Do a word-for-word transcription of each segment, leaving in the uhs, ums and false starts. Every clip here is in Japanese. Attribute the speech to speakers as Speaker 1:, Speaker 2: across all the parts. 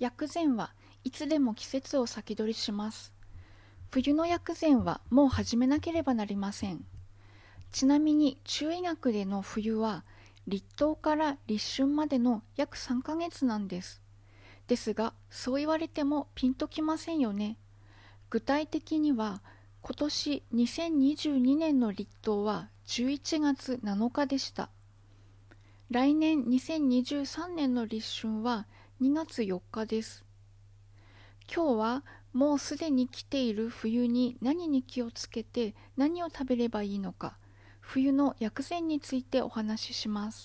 Speaker 1: 薬膳はいつでも季節を先取りします。冬の薬膳はもう始めなければなりません。ちなみに中医学での冬は立冬から立春までの約さんかげつなんです。ですが、そう言われてもピンときませんよね。具体的には今年にせんにじゅうにねんの立冬はじゅういちがつなのかでした。来年にせんにじゅうさんねんの立春はにがつよっかです。今日はもうすでに来ている冬に何に気をつけて何を食べればいいのか、冬の薬膳についてお話しします。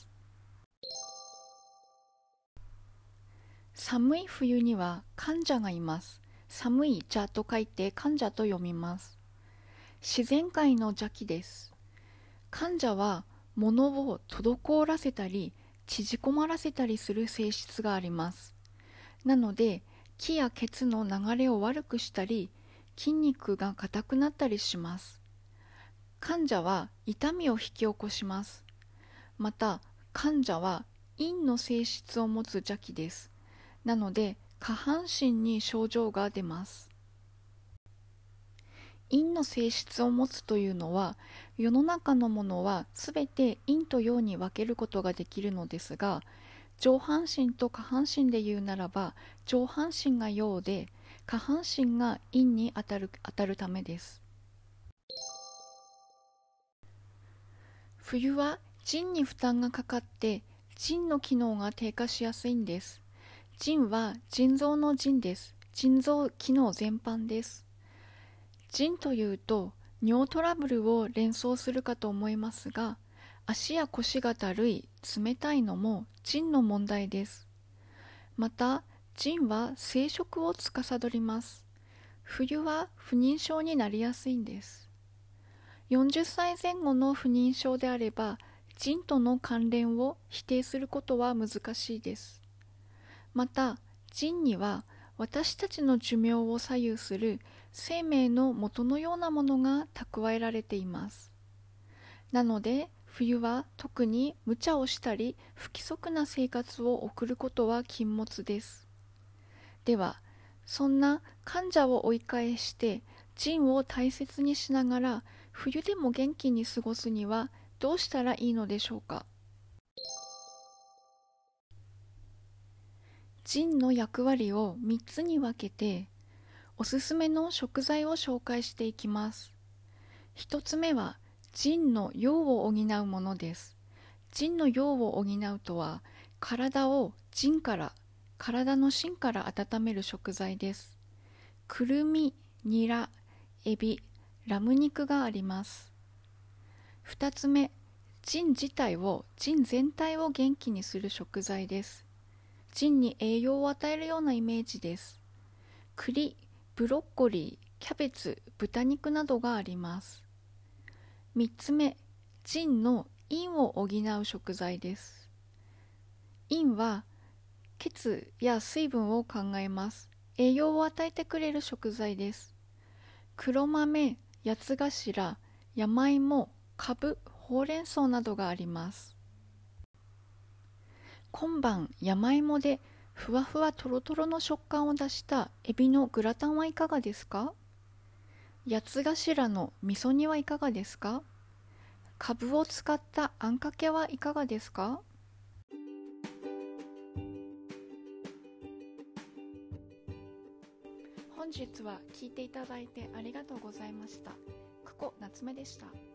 Speaker 1: 寒い冬には患者がいます。寒い茶と書いて患者と読みます。自然界の邪気です。患者は物を滞らせたり縮こまらせたりする性質があります。なので気や血の流れを悪くしたり筋肉が硬くなったりします。患者は痛みを引き起こします。また患者は陰の性質を持つ邪気です。なので下半身に症状が出ます。陰の性質を持つというのは、世の中のものはすべて陰と陽に分けることができるのですが、上半身と下半身で言うならば、上半身が陽で下半身が陰に当たる、当たるためです。冬は腎に負担がかかって腎の機能が低下しやすいんです。腎は腎臓の腎です。腎臓機能全般です。腎というと尿トラブルを連想するかと思いますが、足や腰がだるい、冷たいのも腎の問題です。また腎は生殖を司ります。冬は不妊症になりやすいんです。よんじゅっさいぜん後の不妊症であれば腎との関連を否定することは難しいです。また腎には私たちの寿命を左右する生命の元のようなものが蓄えられています。なので冬は特に無茶をしたり不規則な生活を送ることは禁物です。ではそんな患者を追い返して腎を大切にしながら冬でも元気に過ごすにはどうしたらいいのでしょうか。腎の役割をみっつに分けておすすめの食材を紹介していきます。ひとつめは腎の陽を補うものです。腎の陽を補うとは体を腎から体の芯から温める食材です。くるみ、ニラ、エビ、ラム肉があります。ふたつめ、腎自体を腎全体を元気にする食材です。腎に栄養を与えるようなイメージです。栗、ブロッコリー、キャベツ、豚肉などがあります。みっつめ、腎の陰を補う食材です。陰は血や水分を考えます。栄養を与えてくれる食材です。黒豆、八つ頭、山芋、かぶ、ほうれん草などがあります。今晩山芋でふわふわとろとろの食感を出したエビのグラタンはいかがですか？八つ頭の味噌煮はいかがですか？かぶを使ったあんかけはいかがですか？本日は聞いていただいてありがとうございました。久保夏目でした。